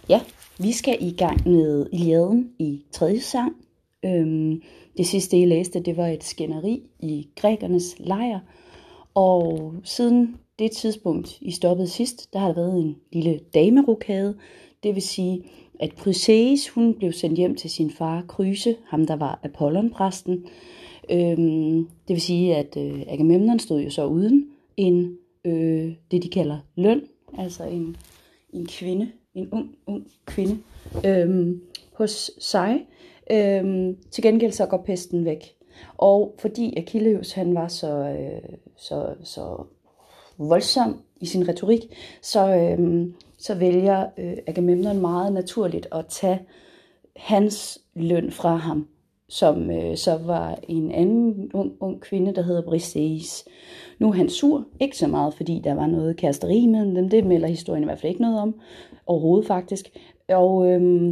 Ja, vi skal i gang med Iliaden i 3. sang. Det sidste, jeg læste, det var et skænderi i grækernes lejr. Og siden det tidspunkt, I stoppede sidst, der har der været en lille damerokade. Det vil sige, at Chryseis, hun blev sendt hjem til sin far Chryse, ham der var Apollon-præsten. Det vil sige, at Agamemnon stod jo så uden det, de kalder løn, altså en kvinde, en ung kvinde, hos sig. Til gengæld så går pesten væk. Og fordi Achilleus han var så voldsom i sin retorik, så vælger Agamemnon meget naturligt at tage hans løn fra ham, som så var en anden ung kvinde, der hedder Briseis. Nu er han sur, ikke så meget, fordi der var noget kæresteri mellem dem. Det melder historien i hvert fald ikke noget om, overhovedet faktisk. Og,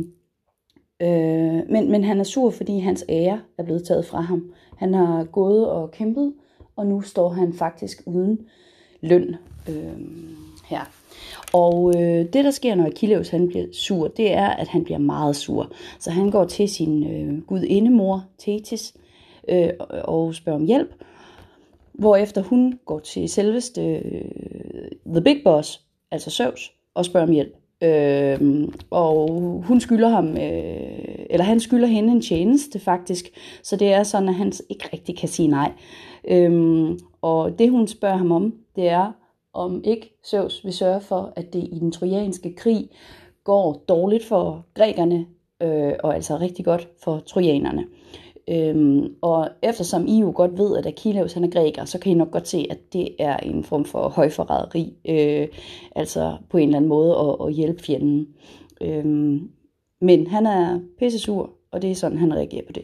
men han er sur, fordi hans ære er blevet taget fra ham. Han har gået og kæmpet, og nu står han faktisk uden løn her. Og det, der sker, når Achilleus han bliver sur, det er, at han bliver meget sur. Så han går til sin gudindemor, Thetis, og spørger om hjælp. Hvorefter hun går til selveste The Big Boss, altså Zeus, og spørger om hjælp. Og hun skylder ham, eller han skylder hende en tjeneste faktisk. Så det er sådan, at han ikke rigtig kan sige nej. Og det, hun spørger ham om, det er, om ikke Zeus vil sørge for, at det i den trojanske krig går dårligt for grækerne, og altså rigtig godt for trojanerne. Og eftersom I jo godt ved, at Achilleus han er græker, så kan I nok godt se, at det er en form for højforræderi, altså på en eller anden måde at hjælpe fjenden. Men han er pissesur, og det er sådan, han reagerer på det.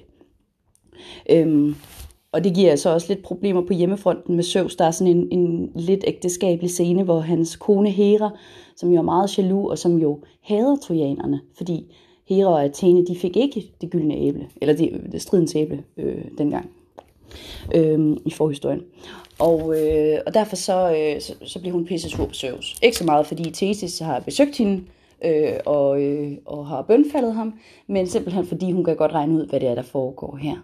Og det giver altså også lidt problemer på hjemmefronten med Zeus. Der er sådan en lidt ægteskabelig scene, hvor hans kone Hera, som jo er meget jaloux, og som jo hader trojanerne, fordi Hera og Athene, de fik ikke det gyldne æble, eller det stridens æble dengang i forhistorien. Og derfor så bliver hun pissesur på Zeus. Ikke så meget, fordi Thetis har besøgt hende og har bønfaldet ham, men simpelthen fordi hun kan godt regne ud, hvad det er, der foregår her.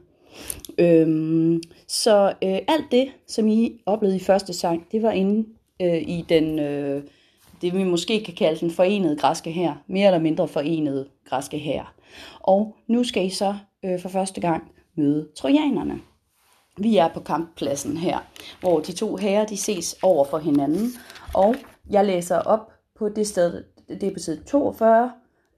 Så alt det, som I oplevede i første sang, det var inde i den, det vi måske kan kalde den forenede græske hær, mere eller mindre forenede græske hær. Og nu skal I så for første gang møde trojanerne. Vi er på kamppladsen her, hvor de to hære de ses over for hinanden, og jeg læser op på det sted, det er på side 42,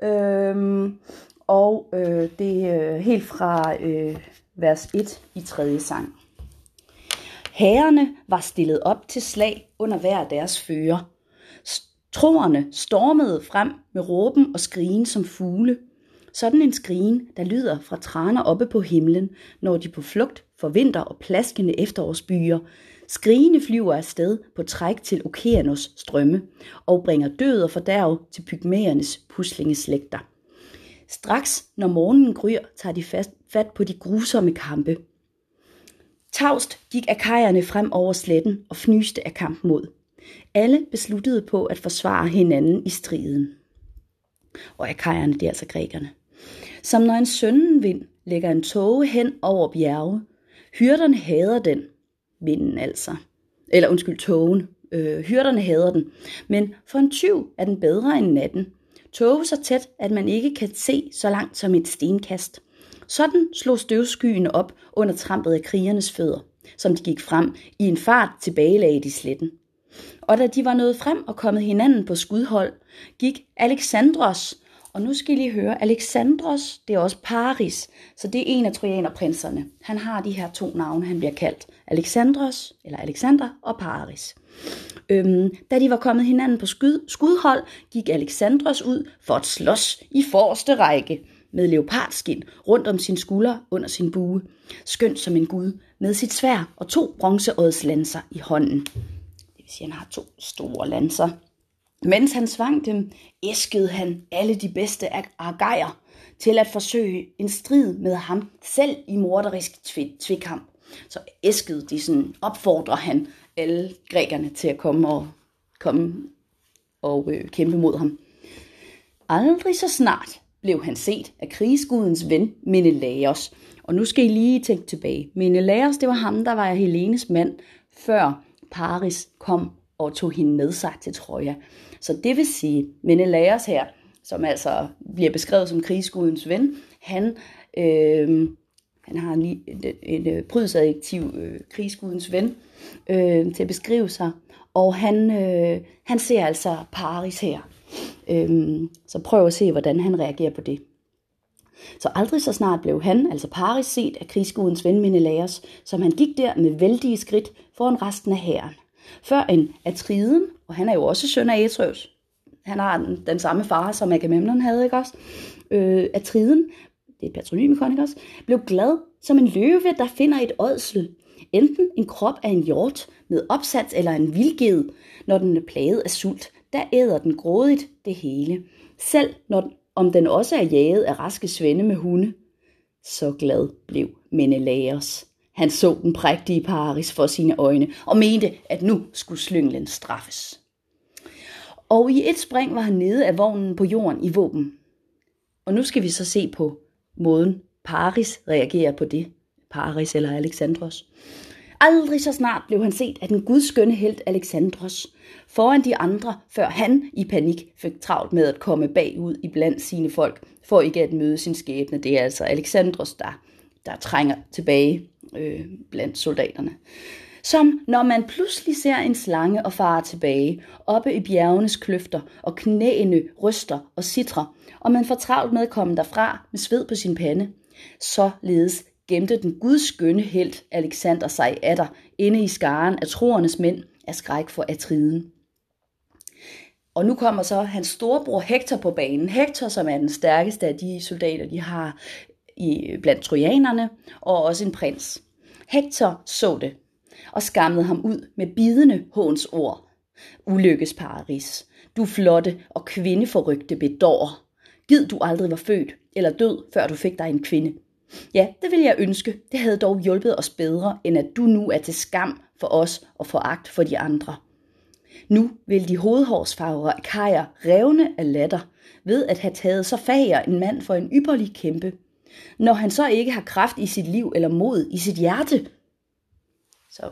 det er helt fra vers 1 i 3. sang. Hærene var stillet op til slag under hver deres fører. Troerne stormede frem med råben og skrigen som fugle. Sådan en skrigen, der lyder fra traner oppe på himlen, når de på flugt for vinter og plaskende efterårsbyer. Skrigende flyver afsted på træk til Okeanos strømme og bringer død og fordærv til pygmæernes puslingeslægter. Straks, når morgenen gryr, tager de fat på de grusomme kampe. Tavst gik akajerne frem over sletten og fnyste af kampmod. Alle besluttede på at forsvare hinanden i striden. Og akajerne, det er altså grækerne. Som når en søndenvind lægger en tåge hen over bjerge. Hyrderne hader den. Vinden altså. Eller undskyld, tågen. Hyrderne hader den. Men for en tyv er den bedre end natten. Tåge så tæt, at man ikke kan se så langt som et stenkast. Sådan slog støvskyene op under trampet af krigernes fødder, som de gik frem i en fart tilbagelagde i sletten. Og da de var nået frem og kommet hinanden på skudhold, gik Alexandros, og nu skal I lige høre, Alexandros, det er også Paris, så det er en af trojanerprinserne. Han har de her 2 navne, han bliver kaldt. Alexandros, eller Alexander og Paris. Da de var kommet hinanden på skudhold, gik Alexandros ud for at slås i forreste række med leopardskin rundt om sin skulder under sin bue, skønt som en gud, med sit sværd og 2 bronzeådslanser i hånden. Det vil sige, at han har 2 store lanser. Mens han svang dem, æskede han alle de bedste argeier til at forsøge en strid med ham, selv i morderisk tvekamp. Så æskede de sådan, opfordrer han alle grækerne til at komme og kæmpe mod ham. Aldrig så snart blev han set af krigsgudens ven Menelaos. Og nu skal I lige tænke tilbage. Menelaos, det var ham, der var Helenes mand, før Paris kom og tog hende med sig til Troja. Så det vil sige, Menelaos her, som altså bliver beskrevet som krigsgudens ven, han har en prydsadjektiv, krigsgudens ven, til at beskrive sig. Og han ser altså Paris her. Så prøv at se, hvordan han reagerer på det. Så aldrig så snart blev han, altså Paris, set af krigsgudens ven Menelaos, som han gik der med vældige skridt foran resten af hæren. Før en Atriden, og han er jo også søn af Atreus. Han har den samme far, som Agamemnon havde, ikke også? Atriden, det er et patronymikon, ikke også? Blev glad som en løve, der finder et ådsel. Enten en krop af en hjort med opsats eller en vildged, når den er plaget af sult. Der æder den grådigt det hele. Selv om den også er jaget af raske svende med hunde. Så glad blev Menelaos. Han så den prægtige Paris for sine øjne og mente, at nu skulle slynglen straffes. Og i et spring var han nede af vognen på jorden i våben. Og nu skal vi så se på måden Paris reagerer på det. Paris eller Alexandros. Aldrig så snart blev han set af den gudskønne helt Alexandros foran de andre, før han i panik fik travlt med at komme bagud i blandt sine folk, for ikke at møde sin skæbne. Det er altså Alexandros, der trænger tilbage blandt soldaterne. Som når man pludselig ser en slange og farer tilbage, oppe i bjergenes kløfter, og knæene ryster og sitrer, og man får travlt med at komme derfra med sved på sin pande. Således gemte den gudskønne helt Alexander sig atter inde i skaren af troernes mænd af skræk for Atriden. Og nu kommer så hans storebror Hektor på banen. Hektor, som er den stærkeste af de soldater, de har blandt trojanerne, og også en prins. Hektor så det og skammede ham ud med bidende hånsord. Ulykkes Paris, du flotte og kvindeforrygte bedår. Gid du aldrig var født eller død, før du fik dig en kvinde. Ja, det ville jeg ønske. Det havde dog hjulpet os bedre, end at du nu er til skam for os og foragt for de andre. Nu vil de hovedhårsfarvere Kajer revne af latter ved at have taget så fager en mand for en ypperlig kæmpe, når han så ikke har kraft i sit liv eller mod i sit hjerte. Så,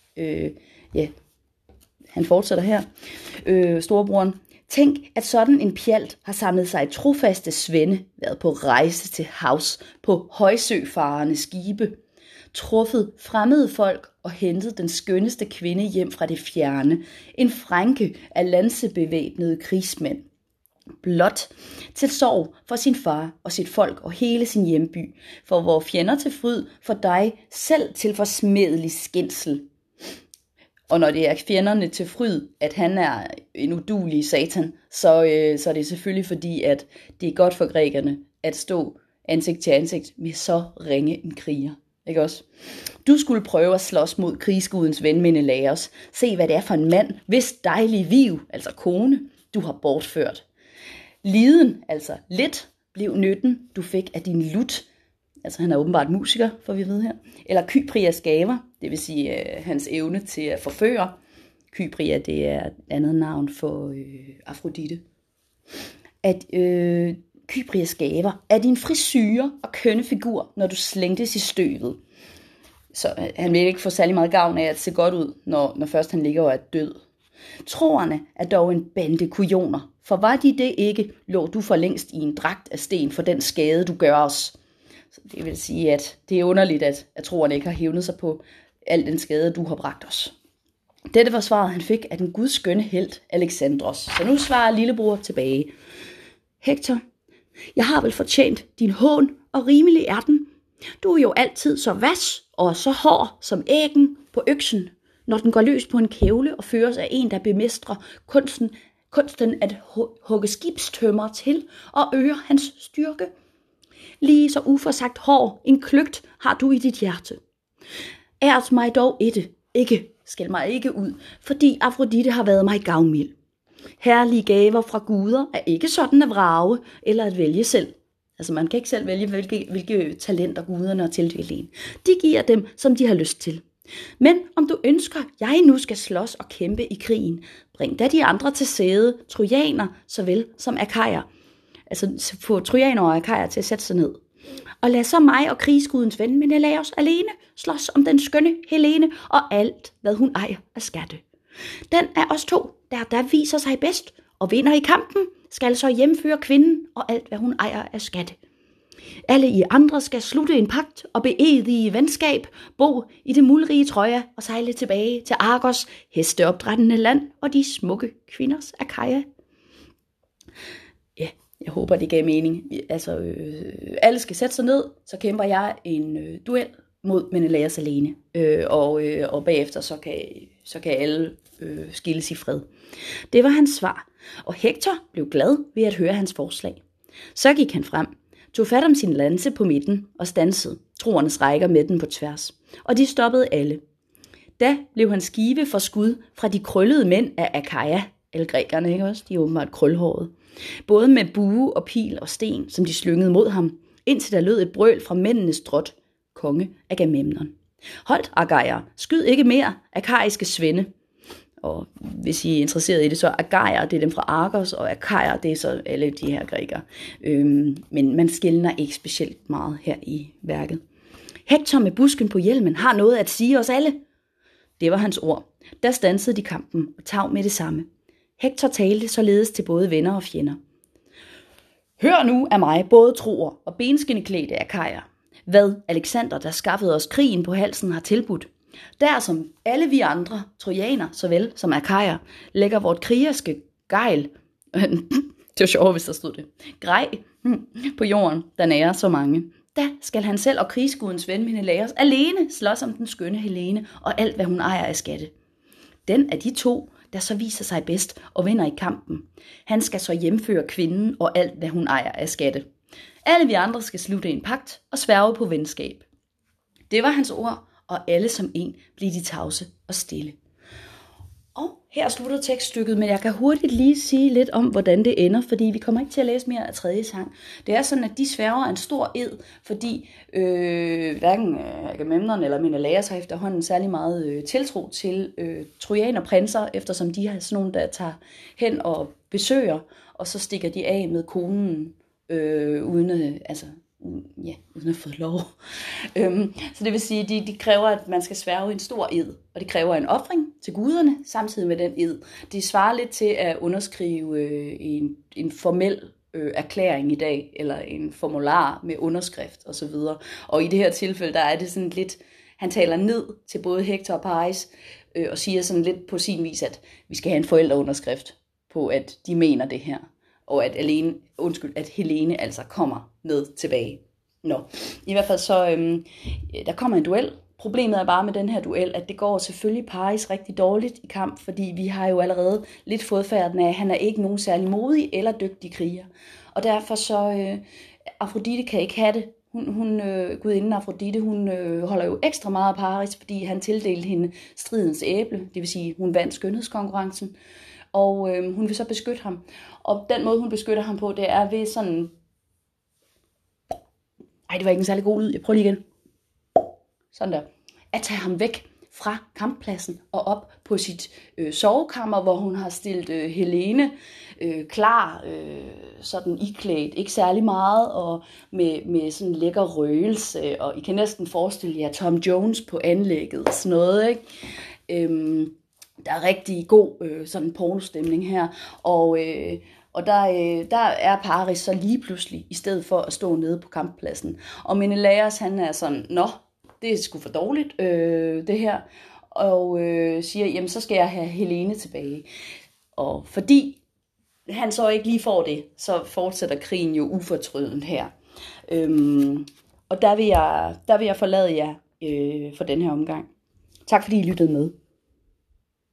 han fortsætter her. Storebroren. Tænk, at sådan en pjalt har samlet sig trofaste svende, været på rejse til havs, på højsøfarende skibe, truffet fremmede folk og hentet den skønneste kvinde hjem fra det fjerne, en frænke af lansebevæbnede krigsmænd. Blot til sorg for sin far og sit folk og hele sin hjemby, for vor fjender til fryd, for dig selv til forsmedelig skændsel. Og når det er fjenderne til fryd, at han er en uduelig satan, så er det selvfølgelig fordi, at det er godt for grækerne at stå ansigt til ansigt med så ringe en kriger. Ikke også? Du skulle prøve at slås mod krigsgudens ven Menelaos. Se, hvad det er for en mand, hvis dejlig viv, altså kone, du har bortført. Liden, altså lidt, blev nytten, du fik af din lut. Altså han er åbenbart musiker, får vi ved her. Eller Kyprias gaver, det vil sige hans evne til at forføre. Kypria, det er et andet navn for Afrodite. At Kyprias gaver er din frisyre og kønne figur, når du slængtes i støvet. Så han vil ikke få særlig meget gavn af at se godt ud, når først han ligger og er død. Troerne er dog en bande kujoner, for var de det ikke, lå du for længst i en dragt af sten for den skade, du gør os. Så det vil sige, at det er underligt, at troerne ikke har hævnet sig på al den skade, du har bragt os. Dette var svaret, han fik af den gudskønne helt Alexandros. Så nu svarer lillebror tilbage. Hektor, jeg har vel fortjent din hån, og rimelig er den. Du er jo altid så vas og så hård som æggen på øksen, når den går løs på en kævle og føres af en, der bemestrer kunsten at hugge skibstømmer til og øger hans styrke. Lige så uforsagt hård en kløgt har du i dit hjerte. Ært mig dog ikke, skæld mig ikke ud, fordi Afrodite har været mig gavmild. Herlige gaver fra guder er ikke sådan at vrage eller at vælge selv. Altså man kan ikke selv vælge, hvilke talenter guderne har tildelt en. De giver dem, som de har lyst til. Men om du ønsker, jeg nu skal slås og kæmpe i krigen, bring da de andre til sæde, trojaner såvel som akajer. altså få trojaner og akajer til at sætte sig ned. Og lad så mig og krigsgudens ven Menelaos alene slås om den skønne Helene og alt, hvad hun ejer af skatte. Den af os to, der viser sig bedst og vinder i kampen, skal så hjemføre kvinden og alt, hvad hun ejer af skatte. Alle I andre skal slutte en pagt og beedige venskab, bo i det muldrige Troja og sejle tilbage til Argos, hesteopdrættende land og de smukke kvinders Akaja. Ja, jeg håber, det gav mening. Altså, alle skal sætte sig ned, så kæmper jeg en duel mod Menelaos alene. Og bagefter så kan alle skilles i fred. Det var hans svar, og Hektor blev glad ved at høre hans forslag. Så gik han frem, tog fat om sin lanse på midten og stansede troernes rækker med den på tværs, og de stoppede alle. Da blev han skive for skud fra de krøllede mænd af Akaja, eller grækerne, ikke også? De er åbenbart krølhårede. Både med bue og pil og sten, som de slyngede mod ham, indtil der lød et brøl fra mændenes drot, konge Agamemnon. Holdt, Agajer, skyd ikke mere, akaiske svende. Og hvis I er interesseret i det, så Agajer, det er dem fra Argos, og Akajer, det er så alle de her grækere. Men man skelner ikke specielt meget her i værket. Hektor med busken på hjelmen har noget at sige os alle. Det var hans ord. Der stansede de kampen og tav med det samme. Hektor talte således til både venner og fjender. Hør nu af mig både troer og benskinneklædte Akajer, hvad Alexander, der skaffede os krigen på halsen, har tilbudt. Der som alle vi andre, trojaner såvel som Akajer, lægger vort krigerske gejl, det var sjovt, hvis der stod det, grej på jorden, der nærer så mange. Da skal han selv og krigsgudens ven Menelaos alene slås om den skønne Helene og alt, hvad hun ejer af skatte. Den af de to, der så viser sig bedst og vinder i kampen. Han skal så hjemføre kvinden og alt, hvad hun ejer af skatte. Alle vi andre skal slutte en pagt og sværge på venskab. Det var hans ord, og alle som en blev de tavse og stille. Og her slutter tekststykket, men jeg kan hurtigt lige sige lidt om, hvordan det ender, fordi vi kommer ikke til at læse mere af tredje sang. Det er sådan, at de sværger en stor ed, fordi hverken Agamemnon eller Menelaos har efterhånden særlig meget tiltro til trojanerprinser, eftersom de har sådan nogle, der tager hen og besøger, og så stikker de af med konen, uden at få lov. Så det vil sige, at de kræver, at man skal sværge en stor ed, og det kræver en ofring til guderne, samtidig med den ed. Det svarer lidt til at underskrive en formel erklæring i dag, eller en formular med underskrift osv. Og i det her tilfælde, der er det sådan lidt, han taler ned til både Hektor og Paris, og siger sådan lidt på sin vis, at vi skal have en forældreunderskrift på, at de mener det her. Og at Helene altså kommer med tilbage. I hvert fald så, der kommer en duel. Problemet er bare med den her duel, at det går selvfølgelig Paris rigtig dårligt i kamp, fordi vi har jo allerede lidt fået færden af, at han er ikke nogen særlig modig eller dygtig kriger. Og derfor så, Afrodite kan ikke have det. Gudinden Afrodite, hun holder jo ekstra meget af Paris, fordi han tildelte hende stridens æble, det vil sige, hun vandt skønhedskonkurrencen. Og hun vil så beskytte ham. Og den måde, hun beskytter ham på, det er ved sådan... Ej, det var ikke en særlig god lyd. Jeg prøver lige igen. Sådan der. At tage ham væk fra kamppladsen og op på sit sovekammer, hvor hun har stillet Helene klar, sådan iklædt, ikke særlig meget, og med sådan en lækker røgelse. Og I kan næsten forestille jer Tom Jones på anlægget og sådan noget, ikke? Der er rigtig god sådan pornostemning her, og der er Paris så lige pludselig, i stedet for at stå nede på kamppladsen. Og Menelaos, han er sådan, det er sgu for dårligt, det her, og siger, jamen så skal jeg have Helene tilbage. Og fordi han så ikke lige får det, så fortsætter krigen jo ufortrødent her. Og der vil jeg forlade jer for den her omgang. Tak fordi I lyttede med.